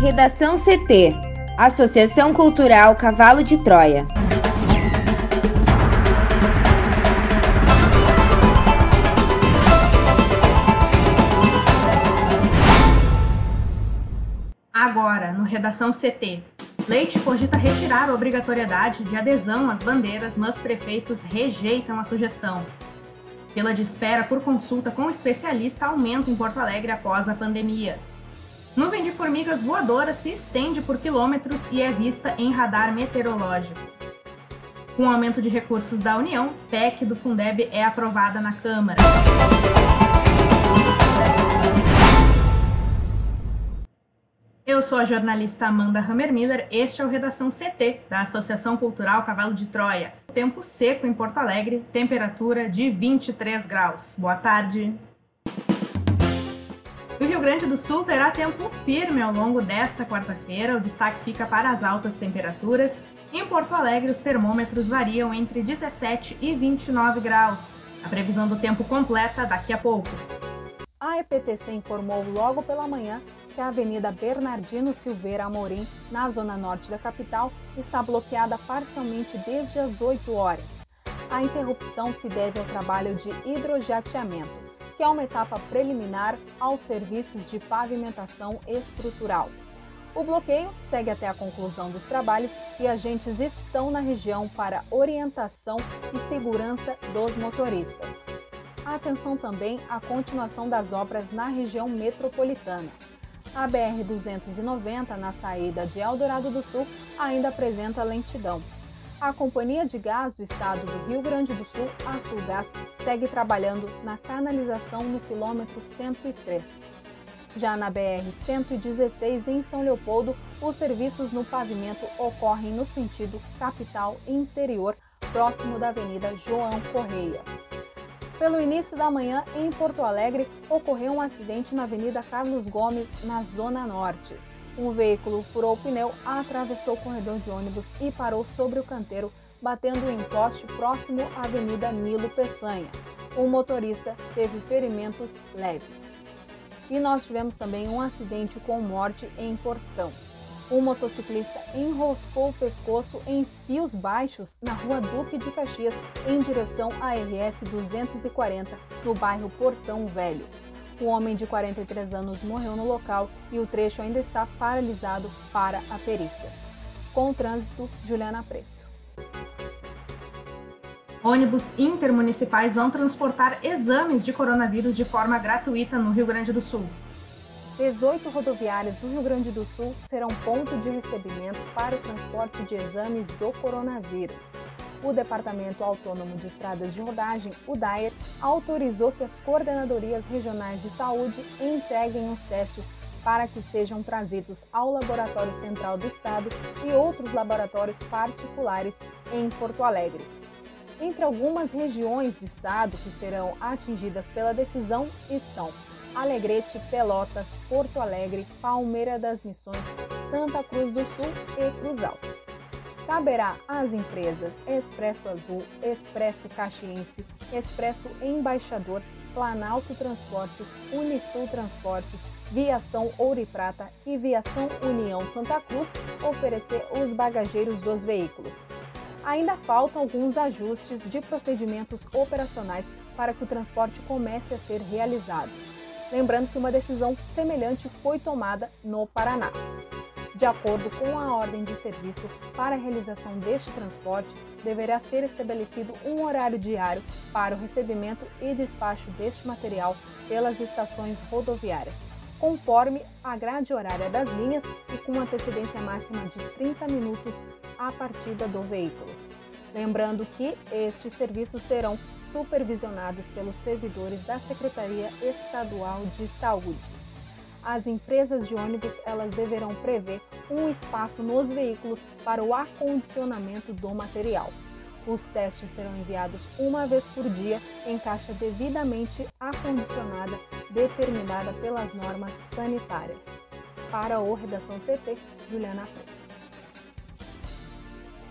Redação CT, Associação Cultural Cavalo de Troia. Agora, no Redação CT, Leite cogita retirar a obrigatoriedade de adesão às bandeiras, mas prefeitos rejeitam a sugestão. Fila de espera por consulta com especialista aumenta em Porto Alegre após a pandemia. Nuvem de formigas voadoras se estende por quilômetros e é vista em radar meteorológico. Com o aumento de recursos da União, PEC do Fundeb é aprovada na Câmara. Eu sou a jornalista Amanda Hammermiller, este é o Redação CT, da Associação Cultural Cavalo de Troia. Tempo seco em Porto Alegre, temperatura de 23 graus. Boa tarde! O Rio Grande do Sul terá tempo firme ao longo desta quarta-feira. O destaque fica para as altas temperaturas. Em Porto Alegre, os termômetros variam entre 17 e 29 graus. A previsão do tempo completa daqui a pouco. A EPTC informou logo pela manhã que a Avenida Bernardino Silveira Amorim, na zona norte da capital, está bloqueada parcialmente desde as 8 horas. A interrupção se deve ao trabalho de hidrojateamento, que é uma etapa preliminar aos serviços de pavimentação estrutural. O bloqueio segue até a conclusão dos trabalhos e agentes estão na região para orientação e segurança dos motoristas. Atenção também à continuação das obras na região metropolitana. A BR-290, na saída de Eldorado do Sul, ainda apresenta lentidão. A Companhia de Gás do Estado do Rio Grande do Sul, a Sulgás, segue trabalhando na canalização no quilômetro 103. Já na BR-116, em São Leopoldo, os serviços no pavimento ocorrem no sentido capital-interior, próximo da Avenida João Correia. Pelo início da manhã, em Porto Alegre, ocorreu um acidente na Avenida Carlos Gomes, na Zona Norte. Um veículo furou o pneu, atravessou o corredor de ônibus e parou sobre o canteiro, batendo em poste próximo à Avenida Nilo Peçanha. O motorista teve ferimentos leves. E nós tivemos também um acidente com morte em Portão. Um motociclista enroscou o pescoço em fios baixos na rua Duque de Caxias, em direção à RS 240, no bairro Portão Velho. O homem de 43 anos morreu no local e o trecho ainda está paralisado para a perícia. Com o trânsito, Juliana Preto. Ônibus intermunicipais vão transportar exames de coronavírus de forma gratuita no Rio Grande do Sul. 18 rodoviárias do Rio Grande do Sul serão ponto de recebimento para o transporte de exames do coronavírus. O Departamento Autônomo de Estradas de Rodagem, o DAER, autorizou que as coordenadorias regionais de saúde entreguem os testes para que sejam trazidos ao Laboratório Central do Estado e outros laboratórios particulares em Porto Alegre. Entre algumas regiões do estado que serão atingidas pela decisão estão Alegrete, Pelotas, Porto Alegre, Palmeira das Missões, Santa Cruz do Sul e Cruz Alta. Caberá às empresas Expresso Azul, Expresso Caxiense, Expresso Embaixador, Planalto Transportes, Unisul Transportes, Viação Ouro e Prata e Viação União Santa Cruz oferecer os bagageiros dos veículos. Ainda faltam alguns ajustes de procedimentos operacionais para que o transporte comece a ser realizado. Lembrando que uma decisão semelhante foi tomada no Paraná. De acordo com a ordem de serviço, para a realização deste transporte, deverá ser estabelecido um horário diário para o recebimento e despacho deste material pelas estações rodoviárias, conforme a grade horária das linhas e com antecedência máxima de 30 minutos à partida do veículo. Lembrando que estes serviços serão supervisionados pelos servidores da Secretaria Estadual de Saúde. As empresas de ônibus, elas deverão prever um espaço nos veículos para o acondicionamento do material. Os testes serão enviados uma vez por dia em caixa devidamente acondicionada, determinada pelas normas sanitárias. Para o Redação CT, Juliana Preto.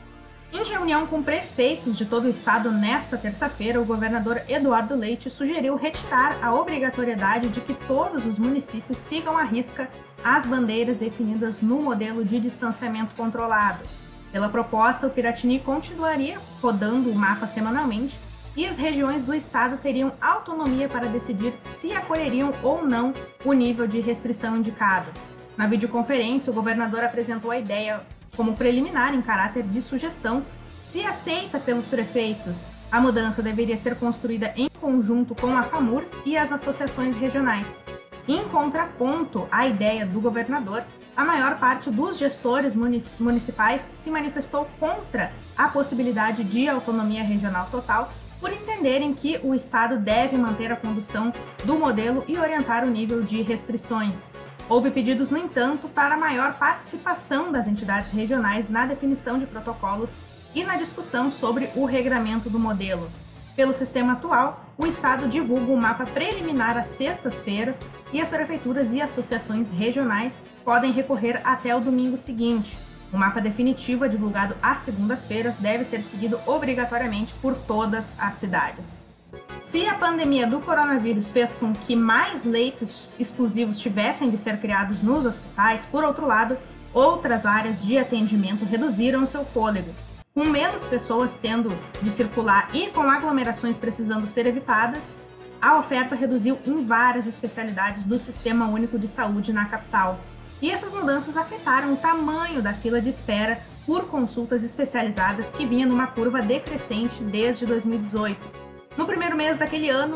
Em reunião com prefeitos de todo o estado nesta terça-feira, o governador Eduardo Leite sugeriu retirar a obrigatoriedade de que todos os municípios sigam à risca as bandeiras definidas no modelo de distanciamento controlado. Pela proposta, o Piratini continuaria rodando o mapa semanalmente e as regiões do estado teriam autonomia para decidir se acolheriam ou não o nível de restrição indicado. Na videoconferência, o governador apresentou a ideia como preliminar em caráter de sugestão. Se aceita pelos prefeitos, a mudança deveria ser construída em conjunto com a FAMURS e as associações regionais. Em contraponto à ideia do governador, a maior parte dos gestores municipais se manifestou contra a possibilidade de autonomia regional total, por entenderem que o Estado deve manter a condução do modelo e orientar o nível de restrições. Houve pedidos, no entanto, para maior participação das entidades regionais na definição de protocolos e na discussão sobre o regramento do modelo. Pelo sistema atual, o Estado divulga um mapa preliminar às sextas-feiras e as prefeituras e associações regionais podem recorrer até o domingo seguinte. O mapa definitivo, divulgado às segundas-feiras, deve ser seguido obrigatoriamente por todas as cidades. Se a pandemia do coronavírus fez com que mais leitos exclusivos tivessem de ser criados nos hospitais, por outro lado, outras áreas de atendimento reduziram seu fôlego. Com menos pessoas tendo de circular e com aglomerações precisando ser evitadas, a oferta reduziu em várias especialidades do Sistema Único de Saúde na capital. E essas mudanças afetaram o tamanho da fila de espera por consultas especializadas, que vinha numa curva decrescente desde 2018. No primeiro mês daquele ano,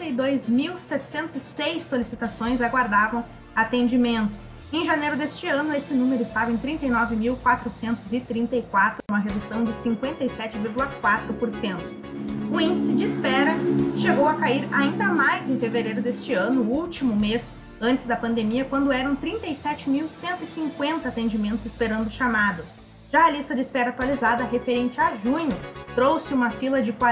92.706 solicitações aguardavam atendimento. Em janeiro deste ano, esse número estava em 39.434, uma redução de 57,4%. O índice de espera chegou a cair ainda mais em fevereiro deste ano, o último mês antes da pandemia, quando eram 37.150 atendimentos esperando o chamado. Já a lista de espera atualizada referente a junho trouxe uma fila de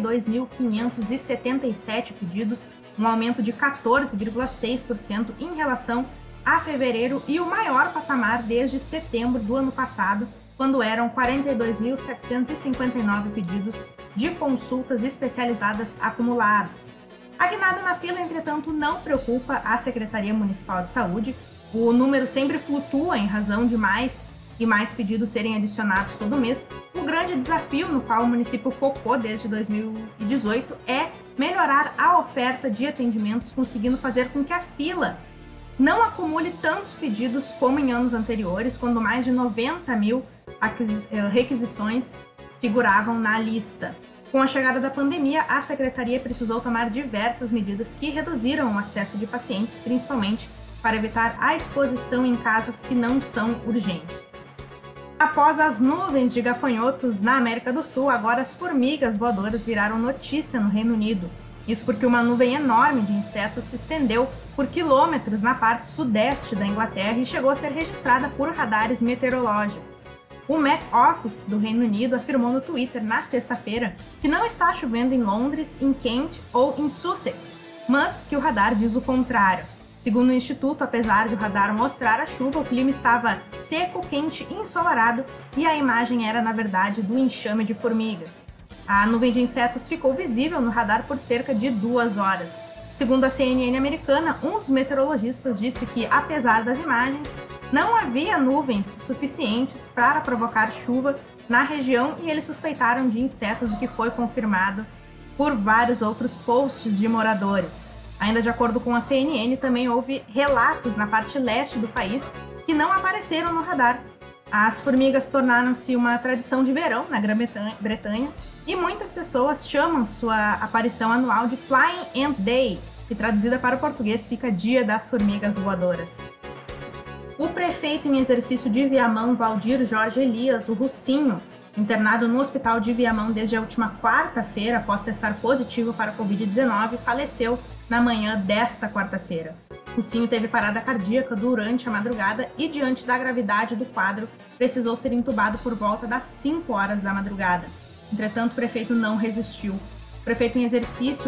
42.577 pedidos, um aumento de 14,6% em relação a fevereiro e o maior patamar desde setembro do ano passado, quando eram 42.759 pedidos de consultas especializadas acumulados. A guinada na fila, entretanto, não preocupa a Secretaria Municipal de Saúde. O número sempre flutua em razão de mais e mais pedidos serem adicionados todo mês. O grande desafio no qual o município focou desde 2018 é melhorar a oferta de atendimentos, conseguindo fazer com que a fila não acumule tantos pedidos como em anos anteriores, quando mais de 90 mil requisições figuravam na lista. Com a chegada da pandemia, a Secretaria precisou tomar diversas medidas que reduziram o acesso de pacientes, principalmente para evitar a exposição em casos que não são urgentes. Após as nuvens de gafanhotos na América do Sul, agora as formigas voadoras viraram notícia no Reino Unido. Isso porque uma nuvem enorme de insetos se estendeu por quilômetros na parte sudeste da Inglaterra e chegou a ser registrada por radares meteorológicos. O Met Office do Reino Unido afirmou no Twitter na sexta-feira que não está chovendo em Londres, em Kent ou em Sussex, mas que o radar diz o contrário. Segundo o Instituto, apesar de o radar mostrar a chuva, o clima estava seco, quente e ensolarado e a imagem era, na verdade, do enxame de formigas. A nuvem de insetos ficou visível no radar por cerca de 2 horas. Segundo a CNN americana, um dos meteorologistas disse que, apesar das imagens, não havia nuvens suficientes para provocar chuva na região e eles suspeitaram de insetos, o que foi confirmado por vários outros posts de moradores. Ainda de acordo com a CNN, também houve relatos na parte leste do país que não apareceram no radar. As formigas tornaram-se uma tradição de verão na Grã-Bretanha e muitas pessoas chamam sua aparição anual de Flying Ant Day, que traduzida para o português fica Dia das Formigas Voadoras. O prefeito em exercício de Viamão, Valdir Jorge Elias, o Russinho, internado no hospital de Viamão desde a última quarta-feira após testar positivo para a Covid-19, faleceu na manhã desta quarta-feira. Russinho teve parada cardíaca durante a madrugada e, diante da gravidade do quadro, precisou ser entubado por volta das 5 horas da madrugada. Entretanto, o prefeito não resistiu. O prefeito em exercício,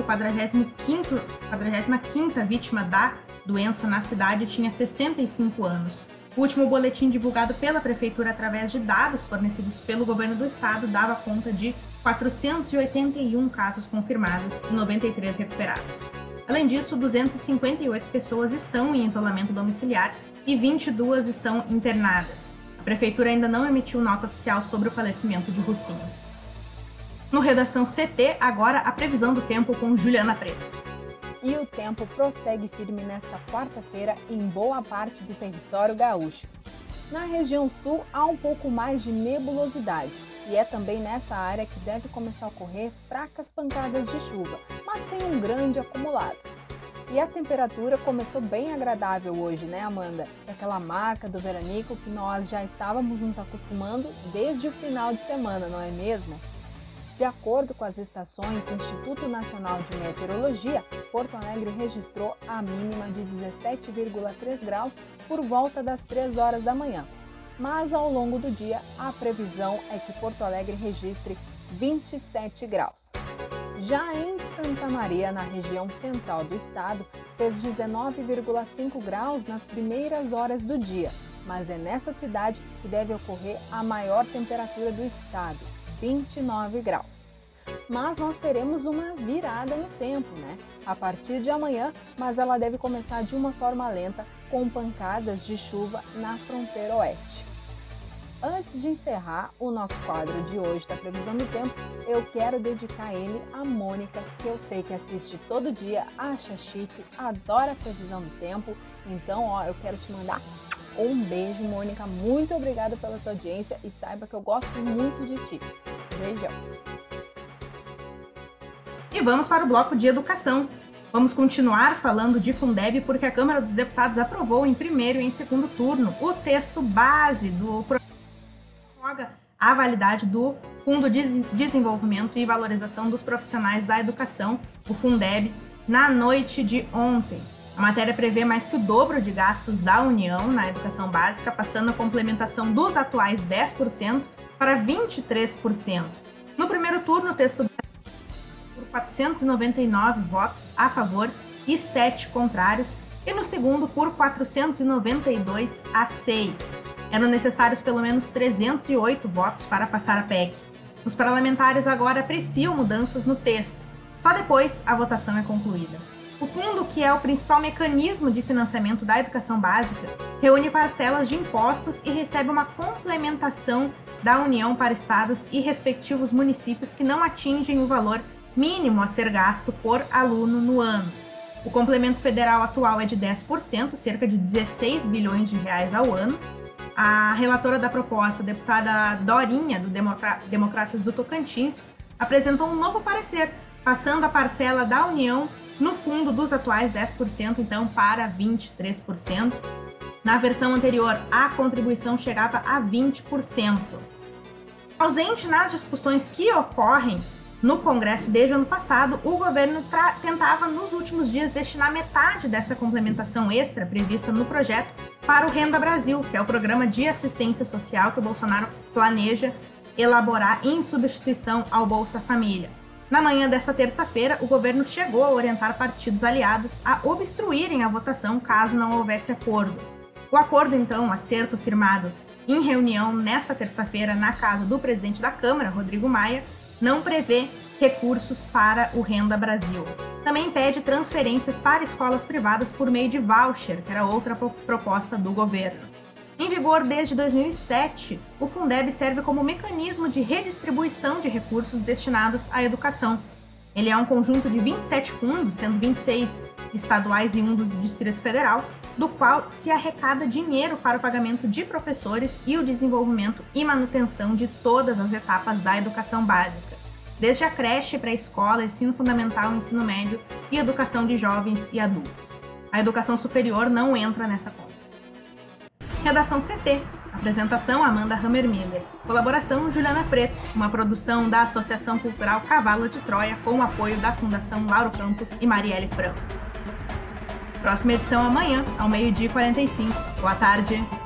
45ª vítima da doença na cidade, tinha 65 anos. O último boletim divulgado pela Prefeitura através de dados fornecidos pelo Governo do Estado dava conta de 481 casos confirmados e 93 recuperados. Além disso, 258 pessoas estão em isolamento domiciliar e 22 estão internadas. A Prefeitura ainda não emitiu nota oficial sobre o falecimento de Rocinho. No Redação CT, agora a previsão do tempo com Juliana Preto. E o tempo prossegue firme nesta quarta-feira em boa parte do território gaúcho. Na região sul há um pouco mais de nebulosidade e é também nessa área que deve começar a ocorrer fracas pancadas de chuva, mas sem um grande acumulado. E a temperatura começou bem agradável hoje, né, Amanda? É aquela marca do veranico que nós já estávamos nos acostumando desde o final de semana, não é mesmo? De acordo com as estações do Instituto Nacional de Meteorologia, Porto Alegre registrou a mínima de 17,3 graus por volta das 3 horas da manhã. Mas ao longo do dia, a previsão é que Porto Alegre registre 27 graus. Já em Santa Maria, na região central do estado, fez 19,5 graus nas primeiras horas do dia, mas é nessa cidade que deve ocorrer a maior temperatura do estado, 29 graus. Mas nós teremos uma virada no tempo, né? A partir de amanhã, mas ela deve começar de uma forma lenta, com pancadas de chuva na fronteira oeste. Antes de encerrar o nosso quadro de hoje da previsão do tempo, eu quero dedicar ele à Mônica, que eu sei que assiste todo dia, acha chique, adora a previsão do tempo. Então, eu quero te mandar um beijo, Mônica. Muito obrigada pela tua audiência e saiba que eu gosto muito de ti. Beijão! E vamos para o bloco de educação. Vamos continuar falando de Fundeb porque a Câmara dos Deputados aprovou em primeiro e em segundo turno o texto base do projeto que prorroga a validade do Fundo de Desenvolvimento e Valorização dos Profissionais da Educação, o Fundeb, na noite de ontem. A matéria prevê mais que o dobro de gastos da União na educação básica, passando a complementação dos atuais 10% para 23%. No primeiro turno, o texto por 499 votos a favor e 7 contrários, e no segundo por 492 a 6. Eram necessários pelo menos 308 votos para passar a PEC. Os parlamentares agora apreciam mudanças no texto. Só depois a votação é concluída. O fundo, que é o principal mecanismo de financiamento da educação básica, reúne parcelas de impostos e recebe uma complementação da União para estados e respectivos municípios que não atingem o valor mínimo a ser gasto por aluno no ano. O complemento federal atual é de 10%, cerca de 16 bilhões de reais ao ano. A relatora da proposta, a deputada Dorinha, do Democratas do Tocantins, apresentou um novo parecer, passando a parcela da União no fundo dos atuais 10%, então, para 23%. Na versão anterior, a contribuição chegava a 20%. Ausente nas discussões que ocorrem no Congresso desde o ano passado, o governo tentava, nos últimos dias, destinar metade dessa complementação extra prevista no projeto para o Renda Brasil, que é o programa de assistência social que o Bolsonaro planeja elaborar em substituição ao Bolsa Família. Na manhã desta terça-feira, o governo chegou a orientar partidos aliados a obstruírem a votação caso não houvesse acordo. O acordo, então, acerto firmado em reunião nesta terça-feira na casa do presidente da Câmara, Rodrigo Maia, não prevê recursos para o Renda Brasil. Também pede transferências para escolas privadas por meio de voucher, que era outra proposta do governo. Em vigor desde 2007, o Fundeb serve como mecanismo de redistribuição de recursos destinados à educação. Ele é um conjunto de 27 fundos, sendo 26 estaduais e um do Distrito Federal, do qual se arrecada dinheiro para o pagamento de professores e o desenvolvimento e manutenção de todas as etapas da educação básica, desde a creche, pré-escola, ensino fundamental, ensino médio e educação de jovens e adultos. A educação superior não entra nessa conta. Redação CT. Apresentação Amanda Hammermiller. Colaboração Juliana Preto. Uma produção da Associação Cultural Cavalo de Troia com o apoio da Fundação Lauro Campos e Marielle Franco. Próxima edição amanhã, ao 12h45. Boa tarde.